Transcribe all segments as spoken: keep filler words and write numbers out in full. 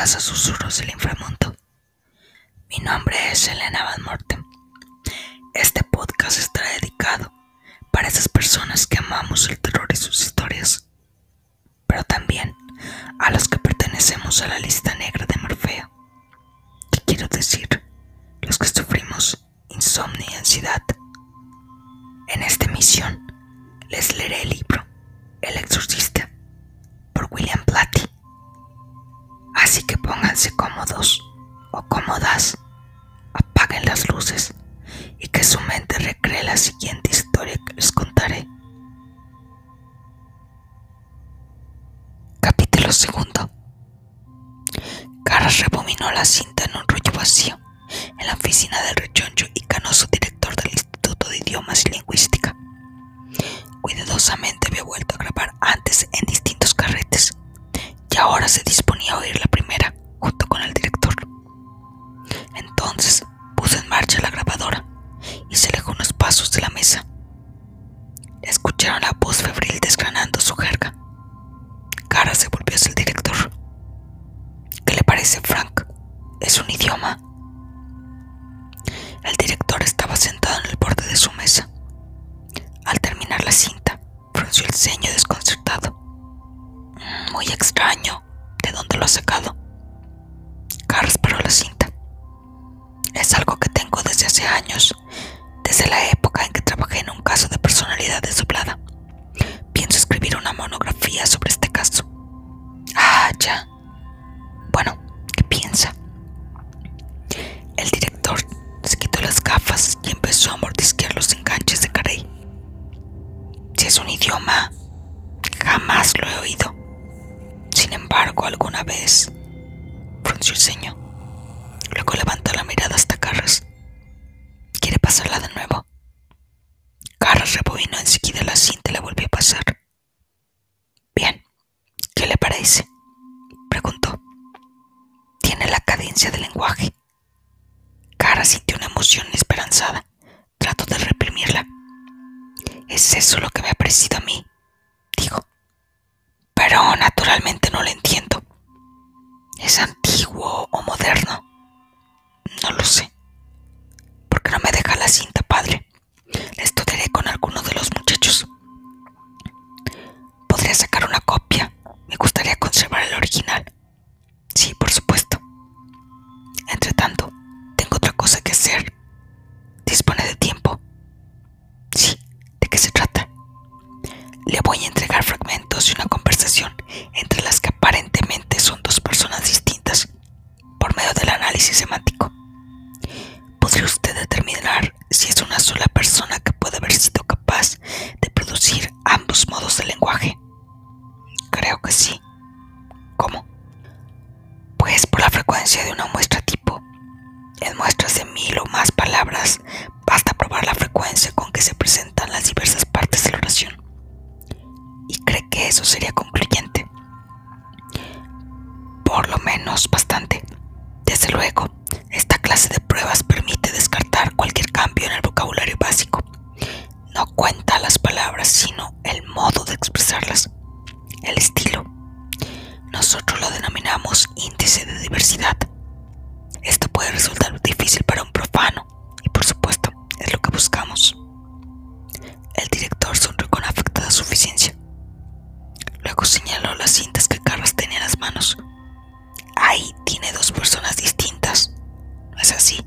Bienvenidas a Susurros del Inframundo. Mi nombre es Elena Van Morten. Este podcast estará dedicado para esas personas que amamos el terror y sus historias, pero también a los que pertenecemos a la lista negra de Morfeo. ¿Qué quiero decir? Los que sufrimos insomnio y ansiedad. En esta emisión les leeré el libro El Exorcista por William Blatty. Así que pónganse cómodos o cómodas, apaguen las luces y que su mente recree la siguiente historia que les contaré. Capítulo segundo. Caras rebominó la cinta en un rollo vacío en la oficina del rechoncho y canoso director del Instituto de Idiomas y Lingüística. Cuidadosamente había vuelto a grabar antes en distintos carretes y ahora se disponía a oír la primera junto con el director. Entonces puso en marcha la grabadora y se alejó unos pasos de la mesa. Escucharon la voz febril desgranando su jerga. Cara se volvió hacia el director. ¿Qué le parece, Frank? ¿Es un idioma? El director estaba sentado en el borde de su mesa. Al terminar la cinta, frunció el ceño desconcertado. Muy extraño. ¿De dónde lo ha sacado? Carr paró la cinta. Es algo que tengo desde hace años, desde la época en que trabajé en un caso de personalidad desdoblada. Pienso escribir una monografía sobre este caso. Ah, ya. Bueno, ¿qué piensa? El director se quitó las gafas y empezó a mordisquear los enganches de Carey. Si es un idioma, jamás lo he oído. Sin embargo, alguna vez frunció el ceño. Luego levantó la mirada hasta Carras. ¿Quiere pasarla de nuevo? Carras rebobinó enseguida la cinta y la volvió a pasar. Bien, ¿qué le parece? Preguntó. Tiene la cadencia del lenguaje. Carras sintió una emoción esperanzada. Trató de reprimirla. Es eso lo que me ha parecido a mí, dijo. Pero naturalmente no lo entiendo. ¿Es antiguo o moderno? No lo sé. ¿Por qué no me deja la cinta, padre? La estudiaré con alguno de los muchachos. ¿Podría sacar una copia? Me gustaría conservar el original. Sí, por supuesto. Entre tanto, tengo otra cosa que hacer. ¿Dispone de tiempo? Sí. ¿De qué se trata? Le voy a entregar fragmentos de una conversación entre las que aparentemente son dos personas distintas por medio del análisis semántico. ¿Podría usted determinar si es una sola persona que puede haber sido capaz de producir ambos modos de lenguaje? Creo que sí. ¿Cómo? Pues por la frecuencia de una muestra tipo. En muestras de mil o más palabras, basta probar la frecuencia con que se presentan las diversas partes de la oración. ¿Y cree que eso sería concluyente? Por lo menos bastante. Desde luego, esta clase de pruebas permite descartar cualquier cambio en el vocabulario básico. No cuenta las palabras, sino el modo de expresarlas, el estilo. Nosotros lo denominamos índice de diversidad. Esto puede resultar difícil para un profano, y por supuesto, es lo que buscamos. El director sonrió con afectada suficiencia. Luego señaló las cintas que Carras tenía en las manos. Ahí tiene dos personas distintas. ¿No es así?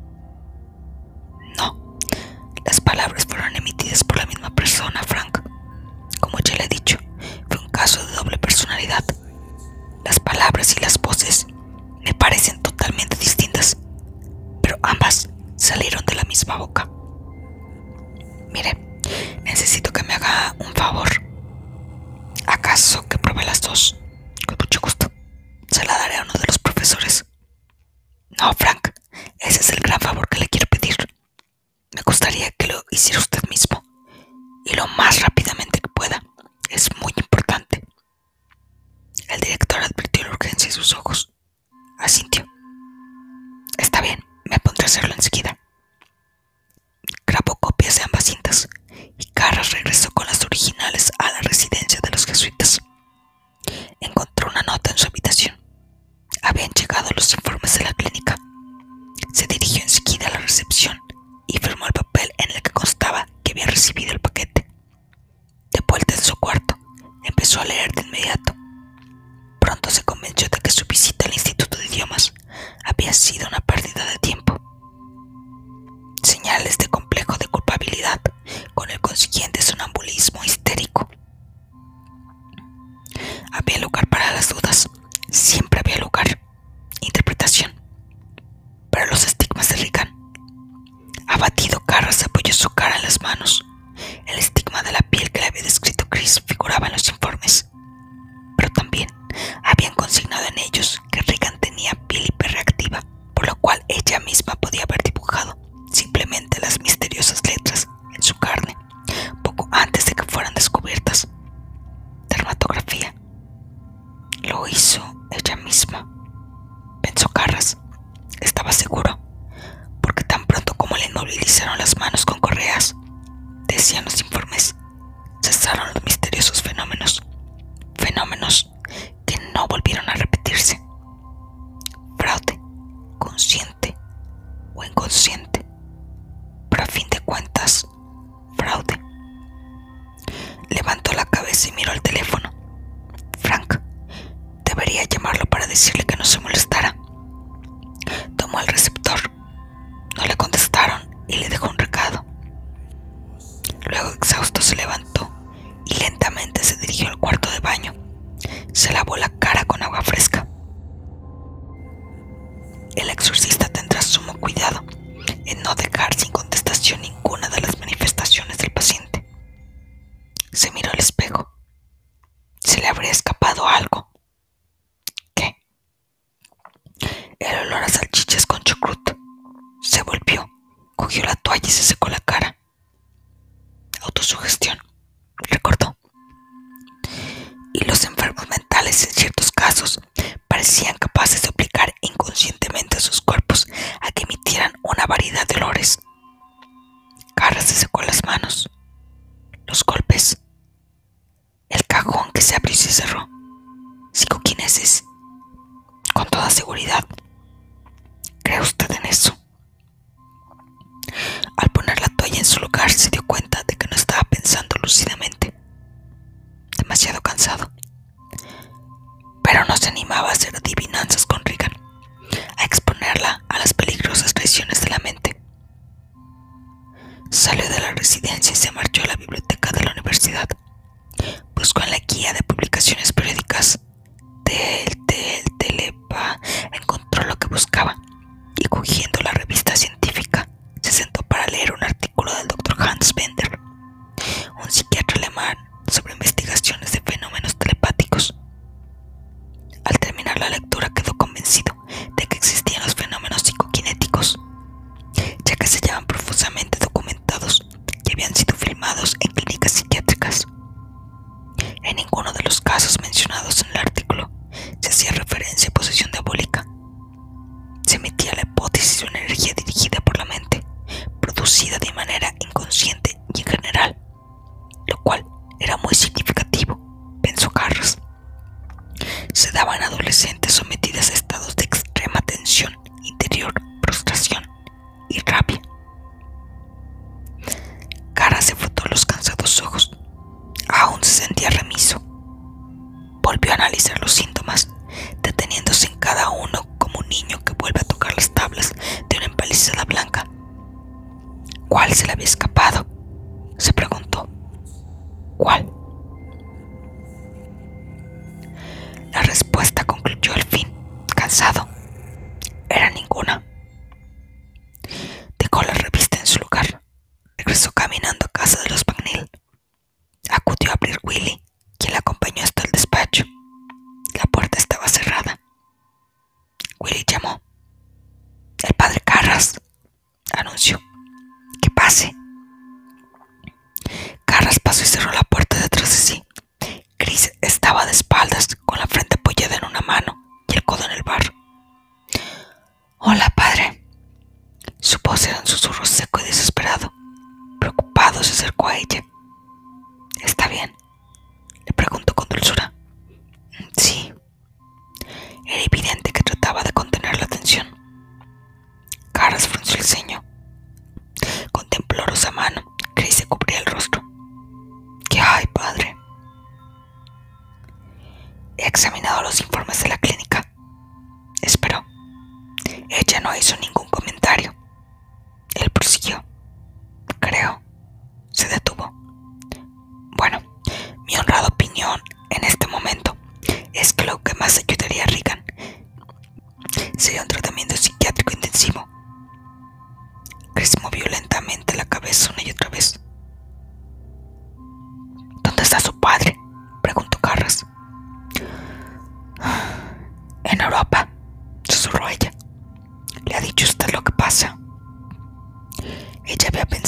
No. Las palabras fueron emitidas por la misma persona, Frank. Como ya le he dicho, fue un caso de doble personalidad. Las palabras y las voces me parecen totalmente distintas, pero ambas salieron de la misma boca. Mire, necesito que me haga un favor. ¿Acaso que pruebe las dos? Con mucho gusto. Se la daré a uno de los profesores. No, Frank, ese es el gran favor que le quiero pedir. Me gustaría que lo hiciera usted mismo, y lo más rápidamente que pueda. Es muy importante. El director advirtió la urgencia en sus ojos. Asintió. Está bien, me pondré a hacerlo enseguida. Grabó copias de ambas cintas y Carras regresó con las originales a la residencia de los jesuitas. Encontró una nota en su habitación. Había Se dirigió enseguida a la recepción y firmó el papel en el que constaba que había recibido el paquete. De vuelta en su cuarto, empezó a leer de inmediato. Pronto se convenció de que su visita al Instituto de Idiomas había sido una pérdida de tiempo. Señales de complejo de culpabilidad, con el consiguiente sonambulismo histérico. Había lugar para las dudas, siempre había lugar. Interpretación. Pero los estigmas de Regan. Abatido, Carras apoyó su cara en las manos. El estigma de la piel que le había descrito Chris figuraba en los informes, pero también habían consignado en ellos que Regan tenía piel hiperreactiva, por lo cual ella misma podía haber dibujado simplemente las misteriosas letras en su carne, poco antes de que fueran descubiertas. Dermatografía. Lo hizo ella misma, pensó Carras. Estaba seguro, porque tan pronto como le inmovilizaron las manos con correas, decían los informes, cesaron los misteriosos fenómenos, fenómenos que no volvieron a repetirse. Fraude, consciente o inconsciente, pero a fin de cuentas, fraude. Levantó la cabeza y miró el teléfono. Frank, debería llamarlo para decirle que no se molestara. Tomó el receptor. No le contestaron y le dejó un recado. Luego, exhausto, se levantó y lentamente se dirigió al cuarto de baño. Se lavó la cara con agua fresca. El exorcista tendrá sumo cuidado en no dejar sin contestación ninguna de las manifestaciones del paciente. Se miró al espejo. Se le habría escapado algo. ¿Qué? El olor a salchichas con chucrut. Se volvió, cogió la toalla y se secó la cara. Autosugestión, recordó. Y los enfermos mentales en ciertos casos parecían capaces de obligar inconscientemente a sus cuerpos a que emitieran una variedad de olores. Carras se secó las manos. Los golpes. El cajón que se abrió y se cerró. Psicoquinesis. Con toda seguridad. ¿Cree usted en eso? Al poner la toalla en su lugar, se dio cuenta de que no estaba pensando lúcidamente. Demasiado cansado. Pero no se animaba a hacer adivinanzas con Regan, a exponerla a las peligrosas traiciones de la mente. Salió de la residencia y se marchó a la biblioteca de la universidad. Buscó en la guía de publicaciones periódicas. Tel, tel, telepa. Encontró lo que buscaba y, cogiendo la revista científica, se sentó para leer un artículo del doctor Hans Bender, un psiquiatra alemán, sobre investigaciones de fenómenos telepáticos. Al terminar la lectura quedó convencido de que existían los fenómenos psicoquinéticos, ya que se hallaban profusamente documentados y habían sido filmados en clínicas psiquiátricas. En ninguno de los casos mencionados en el artículo se hacía referencia a posesión diabólica. Se emitía la hipótesis de una energía dirigida por la mente, producida de manera inconsciente y en general, lo cual era muy significativo, pensó Carras. Se daban adolescentes sometidas a estados de extrema tensión interior, frustración y rabia. Carras se frotó los cansados ojos. Aún se sentía remiso. Volvió a analizar los síntomas, deteniéndose en cada uno como un niño que vuelve a tocar las tablas de una empalizada blanca. ¿Cuál se le había escapado?, se preguntó. ¿Cuál? La respuesta concluyó al fin, cansado. Era ninguna. Dejó la revista en su lugar. Regresó caminando a casa de los McNeil. Acudió a abrir Willy, quien la acompañó hasta el despacho. La puerta estaba cerrada. Willy llamó. El padre Carras, anunció. Que pase. Carras pasó y cerró la puerta detrás de sí. Chris estaba de espaldas, con la frente apoyada en una mano y el codo en el barro. Hola, padre. Su voz era un susurro seco y desesperado. Preocupado, se acercó a ella. ¿Está bien?, le preguntó con dulzura. Era evidente que trataba de contener la tensión.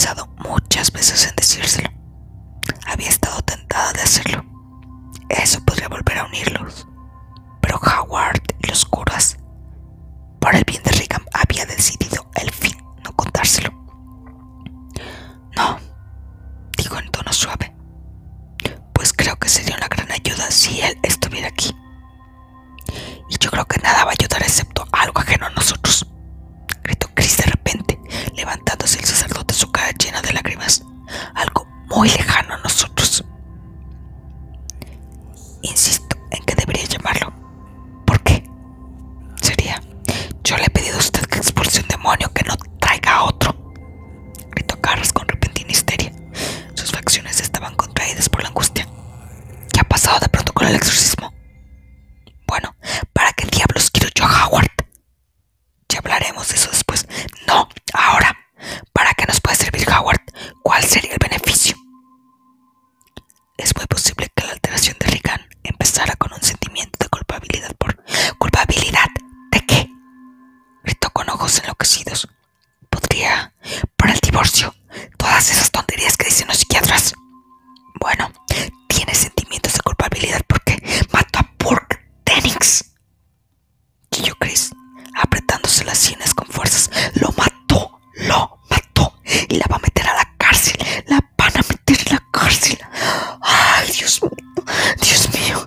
pensado muchas veces en decírselo. Había estado tentada de hacerlo. Eso podría volver a unirlos. Pero Howard y los curas, por el bien de Regan, había decidido al fin no contárselo. No, dijo en tono suave, pues creo que sería una gran ayuda si él estuviera aquí. Y yo creo que nada va a ayudar excepto algo ajeno a nosotros, gritó Chris de repente, levantándose el sacerdote, su cara llena de lágrimas. Algo muy lejano a nosotros. Insisto en que debería llamarlo. ¿Por qué? Sería: yo le he pedido a usted que expulse un demonio, que no traiga a otro, gritó Carras con repentina histeria. Sus facciones estaban contraídas por la angustia. ¿Qué ha pasado de pronto con el exorcismo? Bueno, ¿para qué diablos quiero yo a Howard? Ya hablaremos de eso después. No, ahora. ¿Para qué nos puede servir Howard? ¿Cuál sería el beneficio? Es muy posible que la alteración de Regan empezara con un sentimiento de culpabilidad por... ¿Culpabilidad? ¿De qué? Gritó con ojos enloquecidos. Podría... por el divorcio. Todas esas tonterías que dicen los psiquiatras. Bueno, tiene sentimientos de culpabilidad porque mató a Burke Dennings. Chilló Chris, apretándose las sienes con fuerzas. Lo mató, lo mató. Y la va a meter a la cárcel. La van a meter en la cárcel. Ay, Dios mío, Dios mío.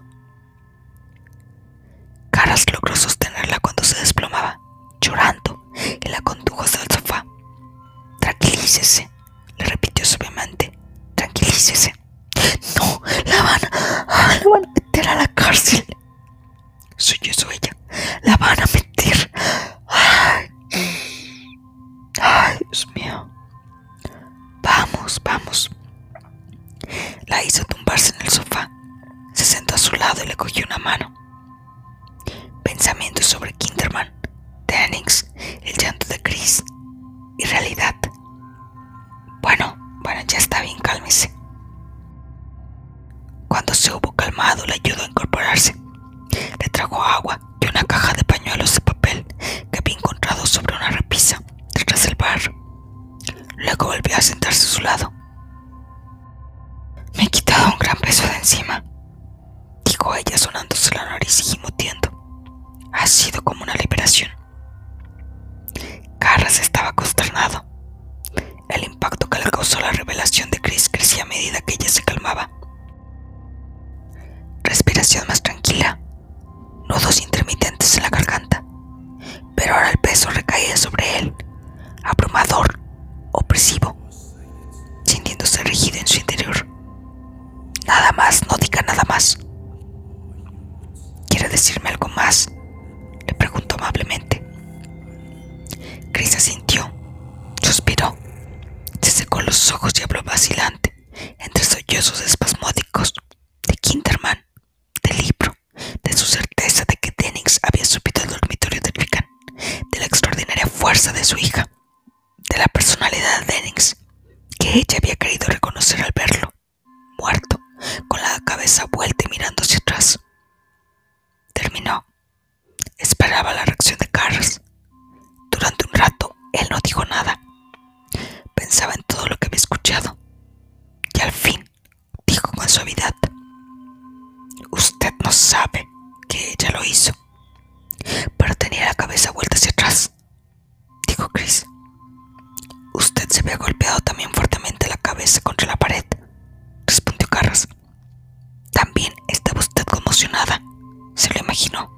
Carras logró sostenerla cuando se desplomaba, llorando, y la condujo hasta el sofá. Tranquilícese, le repitió suavemente. Tranquilícese. No, la van a, la van a meter a la cárcel. Sollozó ella. La van a meter. Ay, ay, Dios mío. Vamos, vamos. La hizo tumbarse en el sofá. Se sentó a su lado y le cogió una mano. Pensamientos sobre Kinderman, Dennings, el llanto de Chris y realidad. Bueno, bueno, ya está bien, cálmese. Cuando se hubo calmado, le ayudó a incorporarse. Le trajo agua y una caja de pañuelos de papel que había encontrado sobre una repisa detrás del bar. Luego volvió a sentarse a su lado. Me he quitado un gran peso de encima, dijo ella, sonándose la nariz y gimoteando. Ha sido como una liberación. Carras estaba consternado. El impacto que le causó la revelación de Chris crecía a medida que ella se calmaba. Respiración más tranquila, nudos intermitentes en la garganta, pero ahora el peso recaía sobre él, abrumador, opresivo, sintiéndose rígido en su interior. Nada más, no diga nada más. ¿Quiere decirme algo más?, le preguntó amablemente. Chris asintió, suspiró, se secó los ojos y habló vacilante, entre sollozos espasmódicos, de Kinderman, del libro, de su certeza de que Dennings había subido al dormitorio de Regan, de la extraordinaria fuerza de su hija, de la personalidad de Dennings, que ella había querido reconocer al verlo, muerto, con la cabeza vuelta y mirando hacia atrás. Terminó. Esperaba la reacción de Carras. Durante un rato, él no dijo nada. Pensaba en todo lo que había escuchado. Y al fin, dijo con suavidad: usted no sabe que ella lo hizo. Pero tenía la cabeza vuelta hacia atrás, dijo Chris. Usted se había golpeado también fuertemente la cabeza contra la pared, respondió Carras. También estaba usted conmocionada, se lo imaginó.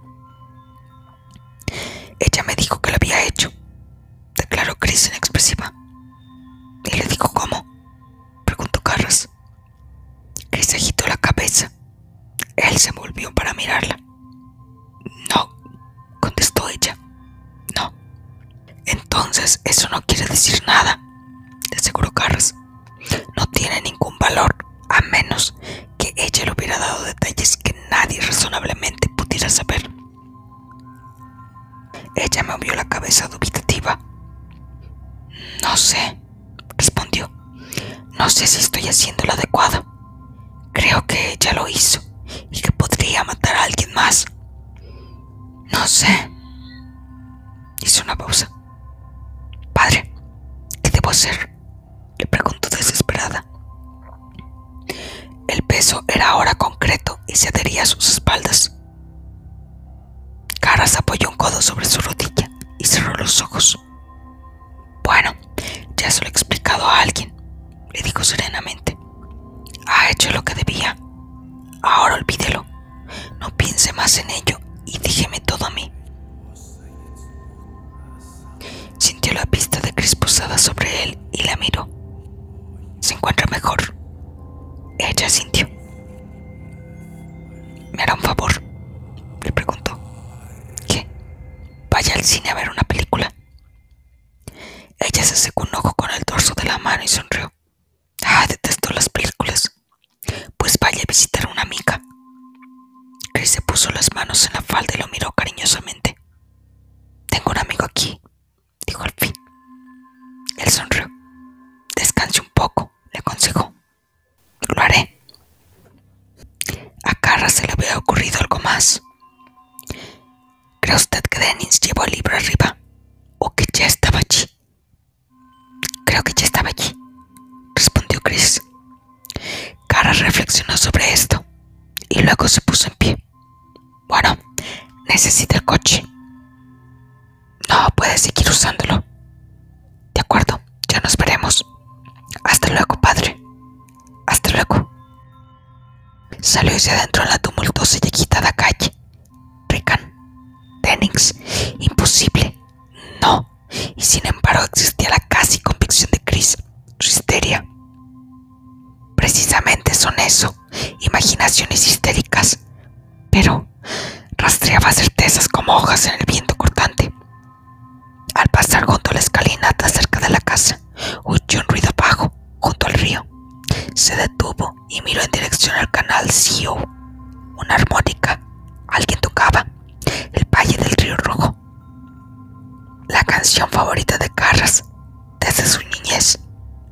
Ella me dijo que lo había hecho, declaró Chris inexpresiva. ¿Y le dijo cómo?, preguntó Carras. Chris agitó la cabeza. Él se volvió para mirarla. No, contestó ella. No. Entonces eso no quiere decir nada, le aseguró Carras. No tiene ningún valor, a menos que ella le hubiera dado detalles que nadie razonablemente pudiera saber. Ella movió la cabeza dubitativa. No sé, respondió. No sé si estoy haciendo lo adecuado. Creo que ella lo hizo y que podría matar a alguien más. No sé. Hizo una pausa. Padre, ¿qué debo hacer? Le preguntó desesperada. El peso era ahora concreto y se adhería a sus espaldas. Carras apoyó un codo sobre su rodilla y cerró los ojos. Bueno, ya se lo he explicado a alguien, le dijo serenamente. Ha hecho lo que debía. Ahora olvídelo. No piense más en ello y déjeme todo a mí. Sintió la vista de Chris posada sobre él y la miró. ¿Se encuentra mejor? Ella sintió. ¿Me hará un favor?, le preguntó. ¿Qué? Vaya al cine a ver una película. Ella se secó un ojo con el dorso de la mano y sonrió. Ah, detesto las películas. Pues vaya a visitar a una amiga. Chris se puso las manos en la falda y lo miró cariñosamente. Tengo un amigo aquí, dijo al fin. Él sonrió. Descanse un poco, le aconsejó. Lo haré. A Carras se le había ocurrido algo más. ¿Cree usted que Dennings llevó el libro arriba? ¿O que ya estaba allí? Creo que ya estaba allí, respondió Chris. Carras reflexionó sobre esto y luego se puso en pie. Bueno, necesita el coche. No, puede seguir usándolo. De acuerdo, ya nos veremos. Hasta luego, padre. Hasta luego. Salió hacia adentro en la tumultuosa y agitada calle. Rickan, Dennings, imposible. No. Y sin embargo existía la casi convicción de Chris, su histeria. Precisamente son eso, imaginaciones histéricas. Pero rastreaba certezas como hojas en el viento cortante. Al pasar junto a la escalinata cerca de la casa, oyó un ruido bajo, junto al río. Se detuvo y miró en dirección al canal C O. Una armónica. Alguien tocaba El Valle del Río Rojo, la canción favorita de Carras desde su niñez.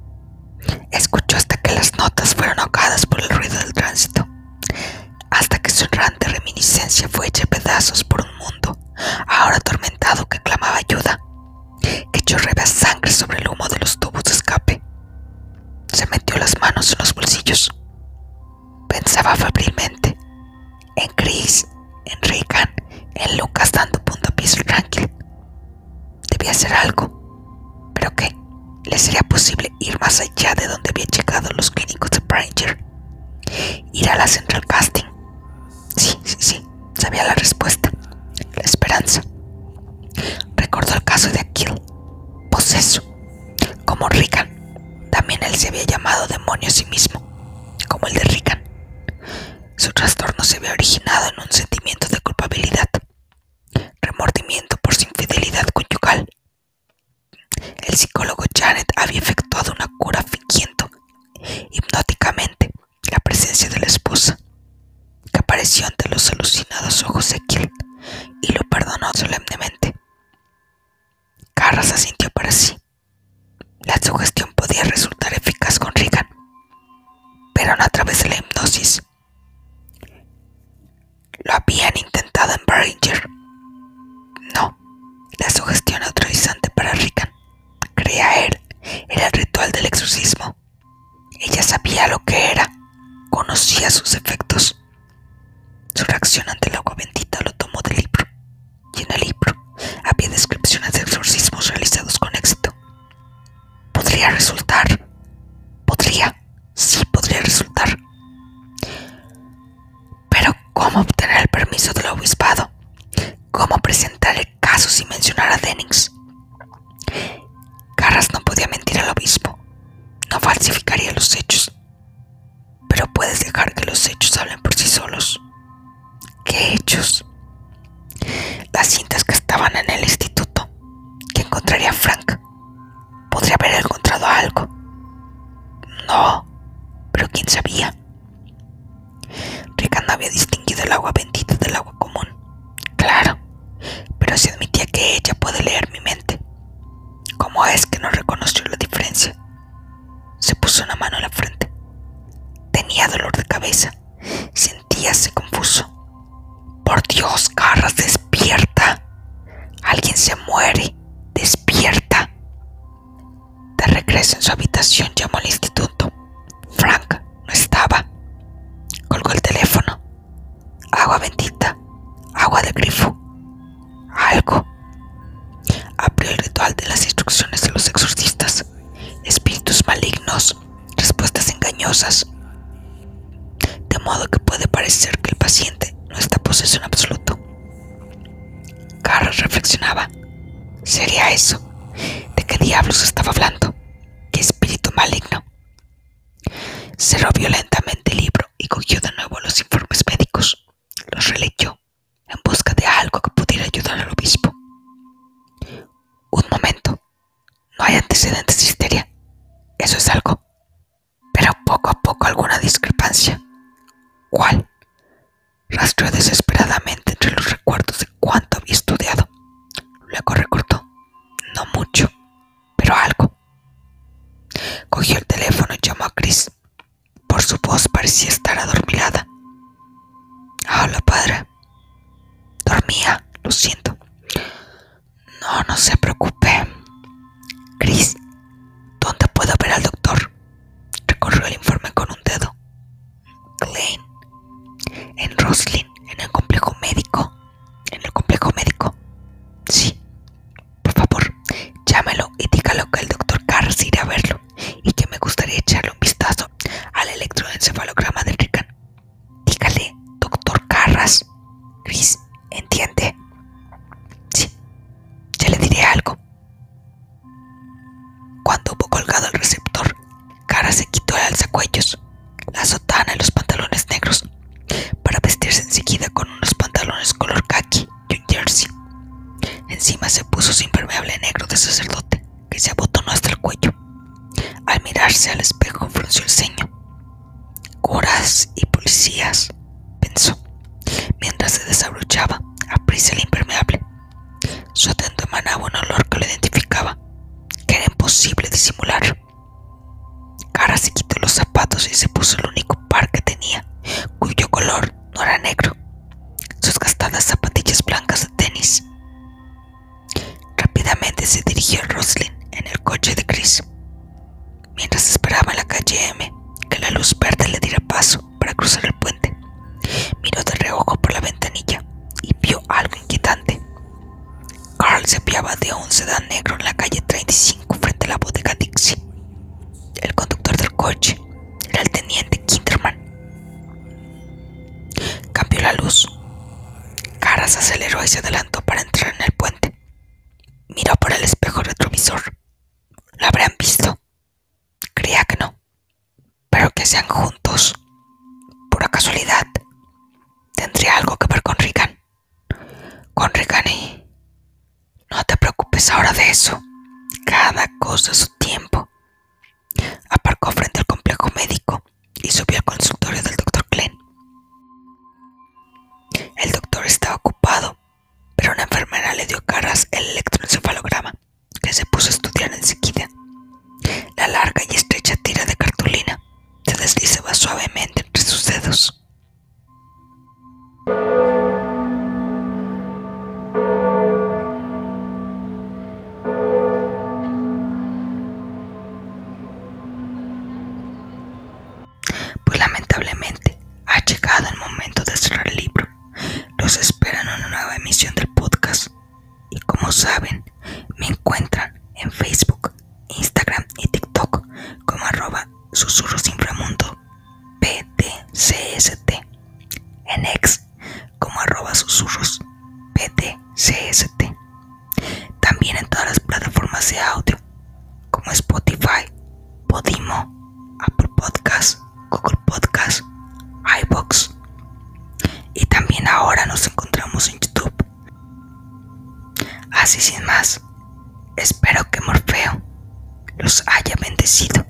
Escuchó hasta que las notas fueron ahogadas por el ruido del tránsito, hasta que su errante reminiscencia fue hecha pedazos por un mundo ahora atormentado que clamaba ayuda, que chorreaba sangre sobre el humo de los tubos de escape. Se metió las manos en los bolsillos. Pensaba febrilmente en Chris, en Rickan, en Lucas dando puntapiés al Tranquil. Debía hacer algo. ¿Pero qué? ¿Le sería posible ir más allá de donde había llegado los clínicos de Branger? Ir a la Central Casting. Sí, sí, sí, sabía la respuesta. La esperanza. Recordó el caso de Akil, poseso, como Rickan. También él se había llamado demonio a sí mismo, como el de Rickan. Su trastorno se había originado en un sentimiento de culpabilidad, remordimiento por su infidelidad conyugal. El psicólogo Janet había efectuado una cura fingiendo hipnóticamente la presencia de la esposa, que apareció ante los alucinados ojos de Akil y lo perdonó solemnemente. Carras asintió para sí. La sugestión podía resultar eficaz con Rickan, pero no a través de la hipnosis. Lo habían intentado en Branger. No, la sugestión neutralizante para Rickan, creía él, era el ritual del exorcismo. Ella sabía lo que era, conocía sus efectos. Su reacción ante el agua bendita lo tomó del libro, y en el libro había descripciones de exorcismos realizados con éxito. Podría resultar, podría, sí podría resultar. Pero ¿cómo obtener el permiso del obispado? ¿Cómo presentar el caso sin mencionar a Dennings? Carras no podía mentir al obispo, no falsificaría los hechos. Pero puedes dejar que los hechos hablen por sí solos. ¿Qué hechos? Las cintas que estaban en el instituto, que encontraría Frank. ¿Podría haber encontrado algo? No, pero quién sabía. Rickan no había distinguido el agua bendita del agua común. Claro, pero se admitía que ella puede leer mi mente. ¿Cómo es que no reconoció la diferencia? Se puso una mano en la frente. Tenía dolor de cabeza. Sentíase confuso. Por Dios, Carras, despierta. Alguien se muere. Despierta. Te regreso en su habitación, llamó al instituto. Frank no estaba. Colgó el teléfono. Agua bendita, agua de grifo, algo. Abrió el ritual de las instrucciones de los exorcistas. Espíritus malignos, respuestas engañosas. De modo que puede parecer que el paciente no está poseso en absoluto. Carras reflexionaba. ¿Sería eso? ¿De qué diablos estaba hablando? ¿Qué espíritu maligno? Cerró violentamente el libro y cogió de nuevo los informes médicos. Los releyó en busca de algo que pudiera ayudar al obispo. Un momento. No hay antecedentes de histeria. Eso es algo. Pero poco a poco alguna discrepancia. ¿Cuál? Rastreó desesperadamente entre los recuerdos de cuánto había estudiado. Luego recordó. No mucho, pero algo. Cogió el teléfono y llamó a Chris. Por su voz parecía estar adormilada. Hola, padre. Dormía, lo siento. No, no se preocupe. Chris, ¿dónde puedo ver al doctor? Recorrió el informe con un dedo. Glenn. En Roslyn, en el complejo médico. En el complejo médico. Sí. Por favor, llámelo y dígalo que el doctor Carras irá a verlo y que me gustaría echarle un vistazo al electroencefalograma de Rican. Dígale, doctor Carras. Chris, ¿entiende? Sí, ya le diré algo. Cuando hubo colgado el receptor, Carras se quitó el alzacuellos, la sotana y los pantalones negros para vestirse enseguida con unos pantalones color khaki y un jersey. Encima se puso su impermeable negro de sacerdote, que se abotonó hasta el cuello. Al mirarse al espejo frunció el ceño. Curas y policías, pensó, mientras se desabrochaba a prisa el impermeable. Su atuendo emanaba un olor que lo identificaba, que era imposible disimular. Carras se quitó los zapatos y se puso el único par que tenía, cuyo color no era negro, sus gastadas zapatillas blancas de tenis. Rápidamente se dirigió a Roslyn en el coche de Chris. Mientras esperaba en la calle M que la luz verde le diera paso para cruzar el puente, miró de reojo por la ventanilla y vio algo inquietante. Carl se apiaba de un sedán negro en la calle treinta y cinco frente a la bodega Dixie. El conductor del coche era el teniente Kinderman. Cambió la luz. Carras aceleró y se adelantó para entrar en el puente. Miró por el espejo retrovisor. ¿La habrán visto? Creía que no. Pero que sean juntos. Pura casualidad. ¿Tendría algo que ver con Regan? Con Regan y... No te preocupes ahora de eso. Cada cosa a su tiempo. Aparcó frente al complejo médico y subió al consultorio del doctor Glenn. El doctor estaba ocupado, pero una enfermera le dio a Carras el electroencefalograma, que se puso a estudiar enseguida. La larga y estrecha tira de cartulina se deslizaba suavemente entre sus dedos. Pues lamentablemente ha llegado el momento de cerrar el libro. Los esperan en una nueva emisión del podcast. Y como saben, me encuentran en Facebook, Instagram y TikTok como arroba susurros inframundo P T C S T, en X como arroba susurros P T C S T. También en todas las plataformas de audio como Spotify, Podimo, Apple Podcasts, Google Podcasts, iVoox. Y también ahora nos encontramos en YouTube. Así sin más, espero que Morfeo los haya bendecido.